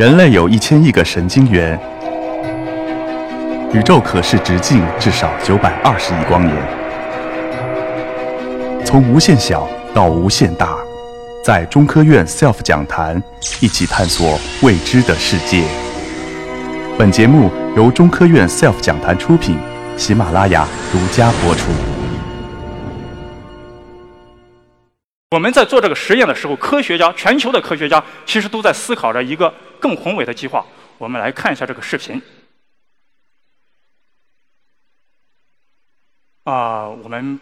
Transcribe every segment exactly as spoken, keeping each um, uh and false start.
人类有一千亿个神经元，宇宙可视直径至少九百二十亿光年。从无限小到无限大，在中科院 S E L F 讲坛一起探索未知的世界。本节目由中科院 S E L F 讲坛出品，喜马拉雅独家播出。 我们在做这个实验的时候，科学家，全球的科学家其实都在思考着一个更宏伟的计划。我们来看一下这个视频。啊、呃，我们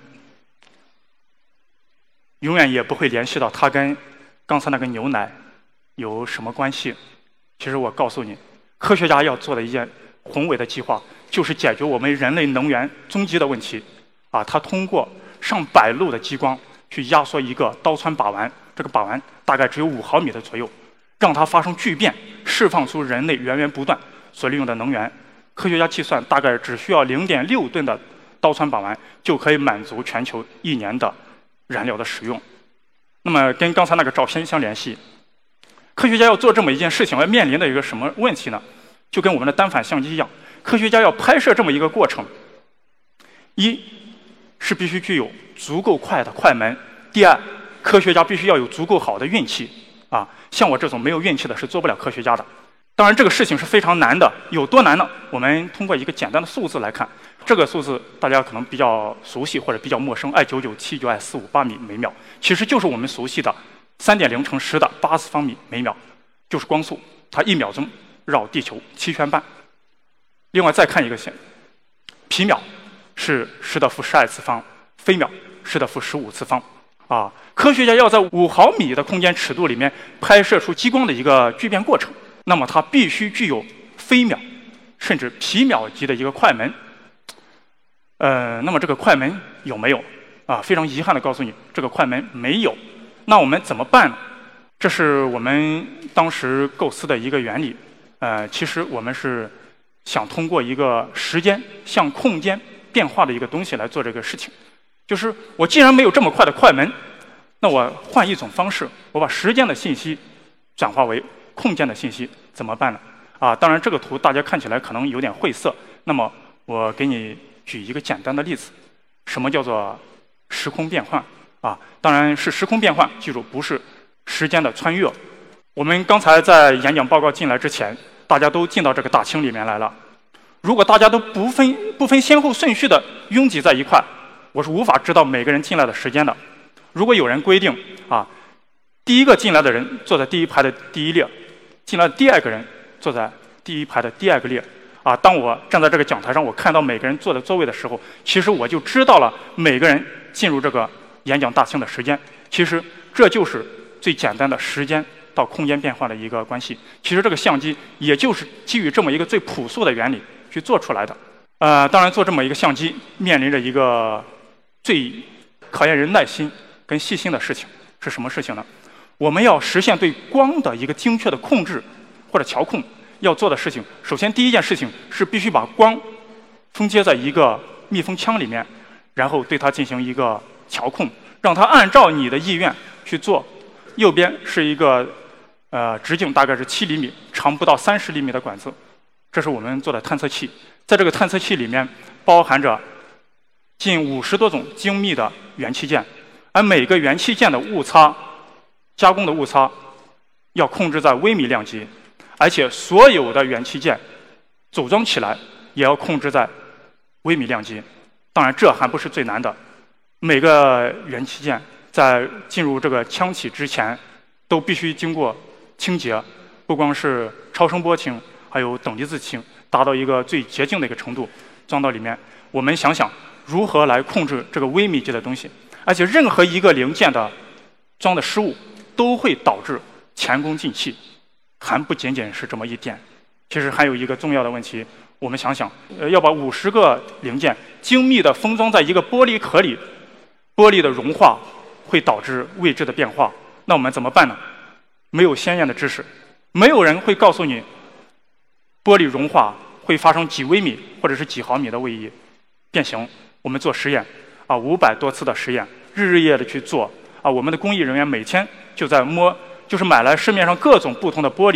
永远也不会联系到它跟刚才那个牛奶有什么关系。其实我告诉你，科学家要做的一件宏伟的计划，就是解决我们人类能源终极的问题。啊，它通过上百路的激光去压缩一个刀穿把玩，这个把玩大概只有五毫米的左右，让它发生聚变，释放出人类源源不断所利用的能源。科学家计算，大概只需要零点六吨的刀穿把玩，就可以满足全球一年的燃料的使用。那么跟刚才那个照片相联系，科学家要做这么一件事情，要面临的一个什么问题呢？就跟我们的单反相机一样，科学家要拍摄这么一个过程，一是必须具有足够快的快门，第二，科学家必须要有足够好的运气啊！像我这种没有运气的是做不了科学家的。当然，这个事情是非常难的，有多难呢？我们通过一个简单的数字来看，这个数字大家可能比较熟悉或者比较陌生， I 九九七九 I 四五八米每秒，其实就是我们熟悉的三点零乘十的八次方米每秒，就是光速，它一秒钟绕地球七圈半。另外再看一个线，皮秒是十的负十二次方，飞秒十的负十五次方。啊，科学家要在五毫米的空间尺度里面拍摄出激光的一个聚变过程，那么它必须具有飞秒甚至皮秒级的一个快门。呃，那么这个快门有没有？啊，非常遗憾的告诉你，这个快门没有。那我们怎么办呢？这是我们当时构思的一个原理。呃，其实我们是想通过一个时间向空间变化的一个东西来做这个事情。就是我既然没有这么快的快门，那我换一种方式，我把时间的信息转化为空间的信息，怎么办呢？啊，当然这个图大家看起来可能有点晦涩，那么我给你举一个简单的例子，什么叫做时空变换？啊，当然是时空变换，记住不是时间的穿越。我们刚才在演讲报告进来之前，大家都进到这个大厅里面来了。如果大家都不分不分先后顺序的拥挤在一块，我是无法知道每个人进来的时间的。如果有人规定啊，第一个进来的人坐在第一排的第一列，进来的第二个人坐在第一排的第二个列，啊，当我站在这个讲台上，我看到每个人坐的座位的时候，其实我就知道了每个人进入这个演讲大厅的时间。其实这就是最简单的时间到空间变化的一个关系。其实这个相机也就是基于这么一个最朴素的原理去做出来的。呃，当然做这么一个相机，面临着一个最考验人耐心跟细心的事情是什么事情呢？我们要实现对光的一个精确的控制或者调控，要做的事情，首先第一件事情是必须把光封接在一个密封腔里面，然后对它进行一个调控，让它按照你的意愿去做。右边是一个呃直径大概是七厘米、长不到三十厘米的管子，这是我们做的探测器。在这个探测器里面包含着近五十多种精密的元器件，而每个元器件的误差、加工的误差要控制在微米量级，而且所有的元器件组装起来也要控制在微米量级。当然，这还不是最难的，每个元器件在进入这个腔体之前，都必须经过清洁，不光是超声波清，还有等离子清，达到一个最洁净的一个程度，装到里面。我们想想如何来控制这个微米级的东西，而且任何一个零件的装的失误都会导致前功尽弃，还不仅仅是这么一点。其实还有一个重要的问题，我们想想，呃，要把五十个零件精密的封装在一个玻璃壳里，玻璃的融化会导致位置的变化，那我们怎么办呢？没有先验的知识，没有人会告诉你玻璃融化会发生几微米或者是几毫米的位移变形。我们做实验啊，五百多次的实验，日日夜夜的去做啊。我们的工艺人员每天就在摸，就是买来市面上各种不同的玻璃，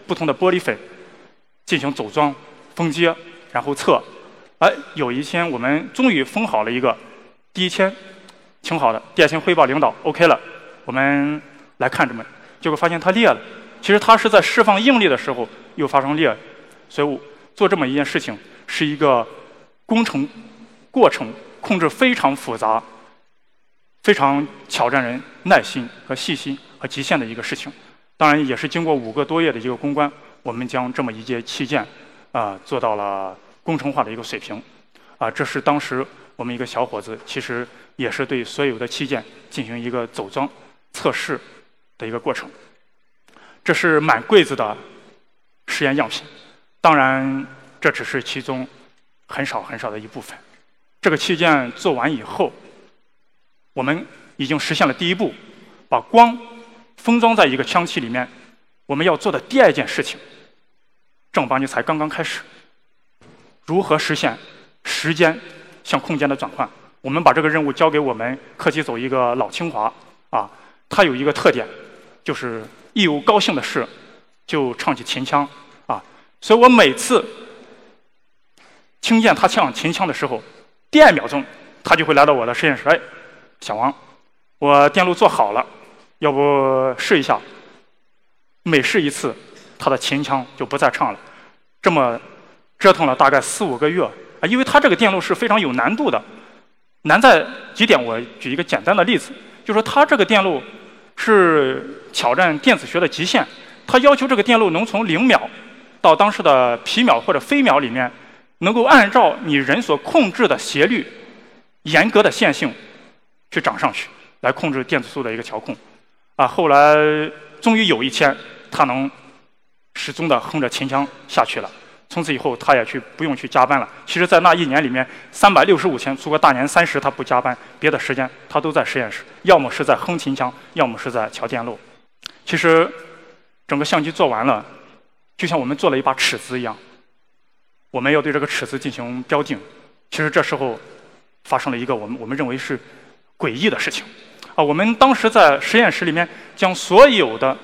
不同的玻璃粉进行走装、封接，然后测。哎，有一天我们终于封好了一个，第一天挺好的，第二天汇报领导 OK 了，我们来看着门，结果发现它裂了。其实它是在释放应力的时候又发生裂，所以我做这么一件事情是一个工程过程控制非常复杂、非常挑战人耐心和细心和极限的一个事情。当然，也是经过五个多月的一个攻关，我们将这么一件器件啊、呃、做到了工程化的一个水平。啊、呃，这是当时我们一个小伙子，其实也是对所有的器件进行一个走装测试的一个过程。这是满柜子的实验样品，当然这只是其中很少很少的一部分。这个器件做完以后，我们已经实现了第一步，把光封装在一个枪器里面。我们要做的第二件事情，正儿八经才刚刚开始，如何实现时间向空间的转换。我们把这个任务交给我们课题组一个老清华啊，他有一个特点，就是一有高兴的事就唱起秦腔啊，所以我每次听见他唱秦腔的时候，第二秒钟他就会来到我的实验室，哎，小王，我电路做好了，要不试一下？每试一次，他的秦腔就不再唱了。这么折腾了大概四五个月啊，因为他这个电路是非常有难度的，难在几点。我举一个简单的例子，就说他这个电路是挑战电子学的极限，他要求这个电路能从零秒到当时的皮秒或者飞秒里面，能够按照你人所控制的斜率、严格的线性去涨上去，来控制电子速的一个调控。啊，后来终于有一天，他能始终的哼着秦腔下去了。从此以后，他也去不用去加班了。其实，在那一年里面，三百六十五天，除了大年三十他不加班，别的时间他都在实验室，要么是在哼秦腔，要么是在调电路。其实，整个相机做完了，就像我们做了一把尺子一样，我们要对这个尺子进行标定。其实这时候发生了一个我们我们认为是诡异的事情啊！我们当时在实验室里面将所有的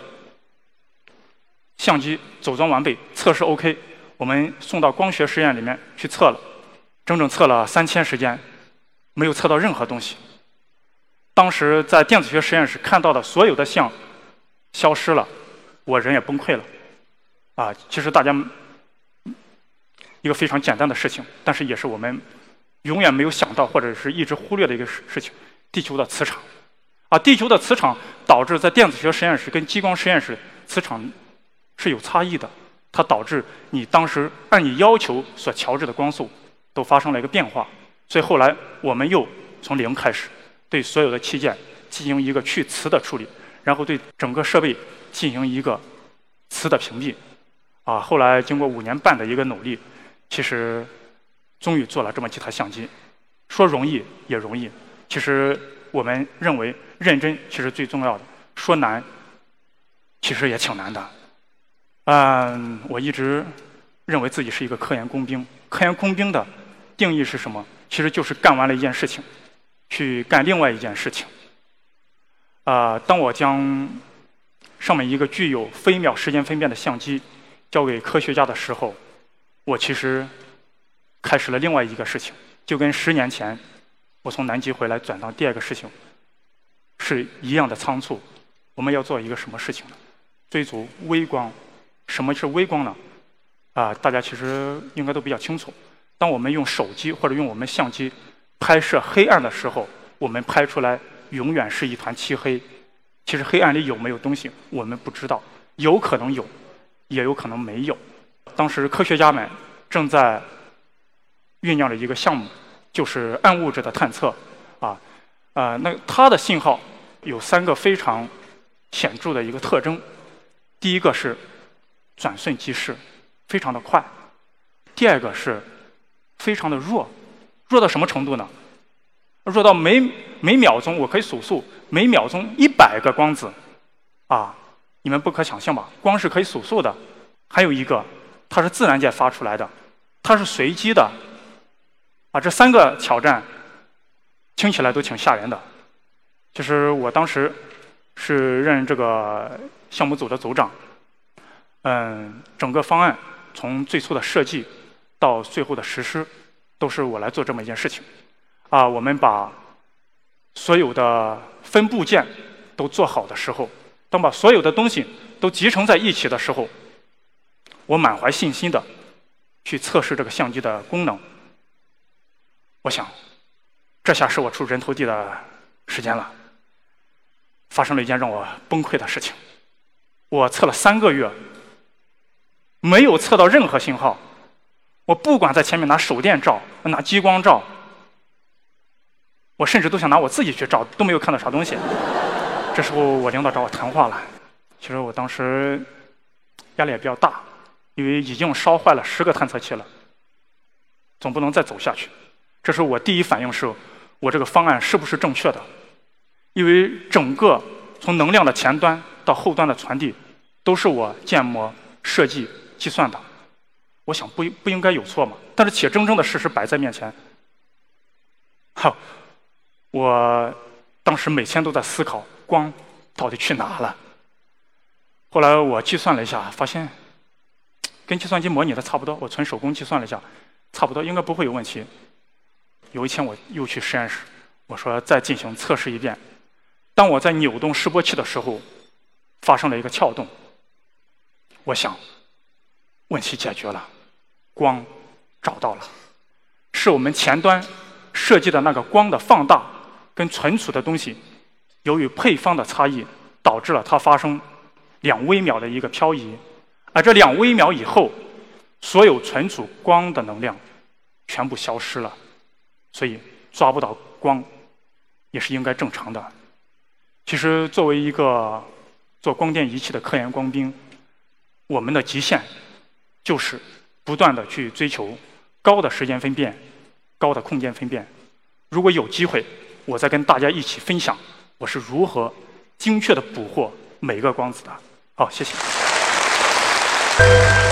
相机组装完备，测试 OK。我们送到光学实验里面去测了，整整测了三天时间，没有测到任何东西。当时在电子学实验室看到的所有的像消失了，我人也崩溃了。啊，其实大家一个非常简单的事情，但是也是我们永远没有想到或者是一直忽略的一个事事情：地球的磁场。啊，地球的磁场导致在电子学实验室跟激光实验室磁场是有差异的。它导致你当时按你要求所调制的光速都发生了一个变化，所以后来我们又从零开始，对所有的器件进行一个去磁的处理，然后对整个设备进行一个磁的屏蔽。啊，后来经过五年半的一个努力，其实终于做了这么几台相机。说容易也容易，其实我们认为认真其实最重要的，说难其实也挺难的。嗯，我一直认为自己是一个科研工兵。科研工兵的定义是什么？其实就是干完了一件事情，去干另外一件事情。啊、呃，当我将上面一个具有飞秒时间分辨的相机交给科学家的时候，我其实开始了另外一个事情，就跟十年前我从南极回来转到第二个事情是一样的仓促。我们要做一个什么事情呢？追逐微光。什么是微光呢？啊、呃，大家其实应该都比较清楚。当我们用手机或者用我们相机拍摄黑暗的时候，我们拍出来永远是一团漆黑。其实黑暗里有没有东西，我们不知道，有可能有，也有可能没有。当时科学家们正在酝酿着一个项目，就是暗物质的探测。啊，呃，那它的信号有三个非常显著的一个特征。第一个是转瞬即逝，非常的快。第二个是非常的弱，弱到什么程度呢？弱到每每秒钟我可以数数，每秒钟一百个光子，啊，你们不可想象吧？光是可以数数的。还有一个，它是自然界发出来的，它是随机的。啊，这三个挑战听起来都挺吓人的。其实我当时是任这个项目组的组长。 嗯，整个方案从最初的设计到最后的实施，都是我来做这么一件事情。啊，我们把所有的分部件都做好的时候，当把所有的东西都集成在一起的时候，我满怀信心的去测试这个相机的功能。我想，这下是我出人头地的时间了。发生了一件让我崩溃的事情，我测了三个月，没有测到任何信号。我不管在前面拿手电照、拿激光照，我甚至都想拿我自己去照，都没有看到啥东西。这时候我领导找我谈话了，其实我当时压力也比较大，因为已经烧坏了十个探测器了，总不能再走下去。这时候我第一反应是，我这个方案是不是正确的？因为整个从能量的前端到后端的传递，都是我建模、设计、计算的。我想不不应该有错嘛？但是且铮铮的事实摆在面前，哈，我当时每天都在思考光到底去哪了。后来我计算了一下，发现跟计算机模拟的差不多，我纯手工计算了一下，差不多应该不会有问题。有一天我又去实验室，我说再进行测试一遍。当我在扭动示波器的时候，发生了一个撬动。我想，问题解决了，光找到了，是我们前端设计的那个光的放大跟存储的东西，由于配方的差异，导致了它发生两微秒的一个漂移，而这两微秒以后，所有存储光的能量全部消失了，所以抓不到光也是应该正常的。其实作为一个做光电仪器的科研光兵，我们的极限就是不断的去追求高的时间分辨、高的空间分辨。如果有机会，我再跟大家一起分享我是如何精确的捕获每个光子的。好，谢谢。